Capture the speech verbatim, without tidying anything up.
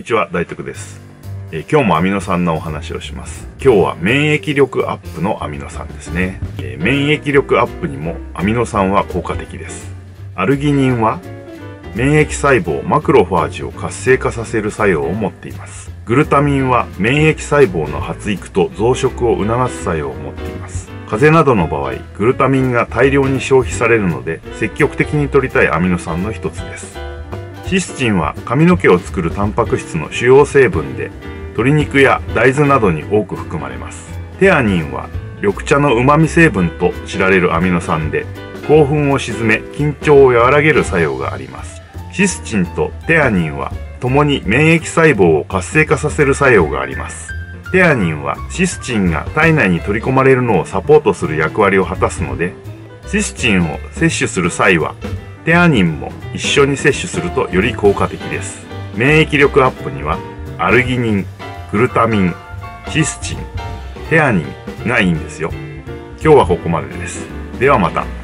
にちは、大徳です。えー、今日もアミノ酸のお話をします。今日は免疫力アップのアミノ酸ですね。えー、免疫力アップにもアミノ酸は効果的です。アルギニンは免疫細胞マクロファージを活性化させる作用を持っています。グルタミンは免疫細胞の発育と増殖を促す作用を持っています。風邪などの場合、グルタミンが大量に消費されるので積極的に摂りたいアミノ酸の一つです。シスチンは髪の毛を作るタンパク質の主要成分で、鶏肉や大豆などに多く含まれます。テアニンは緑茶の旨味成分と知られるアミノ酸で、興奮を鎮め緊張を和らげる作用があります。シスチンとテアニンは共に免疫細胞を活性化させる作用があります。テアニンはシスチンが体内に取り込まれるのをサポートする役割を果たすので、シスチンを摂取する際はテアニンも一緒に摂取するとより効果的です。免疫力アップにはアルギニン、グルタミン、シスチン、テアニンがいいんですよ。今日はここまでです。ではまた。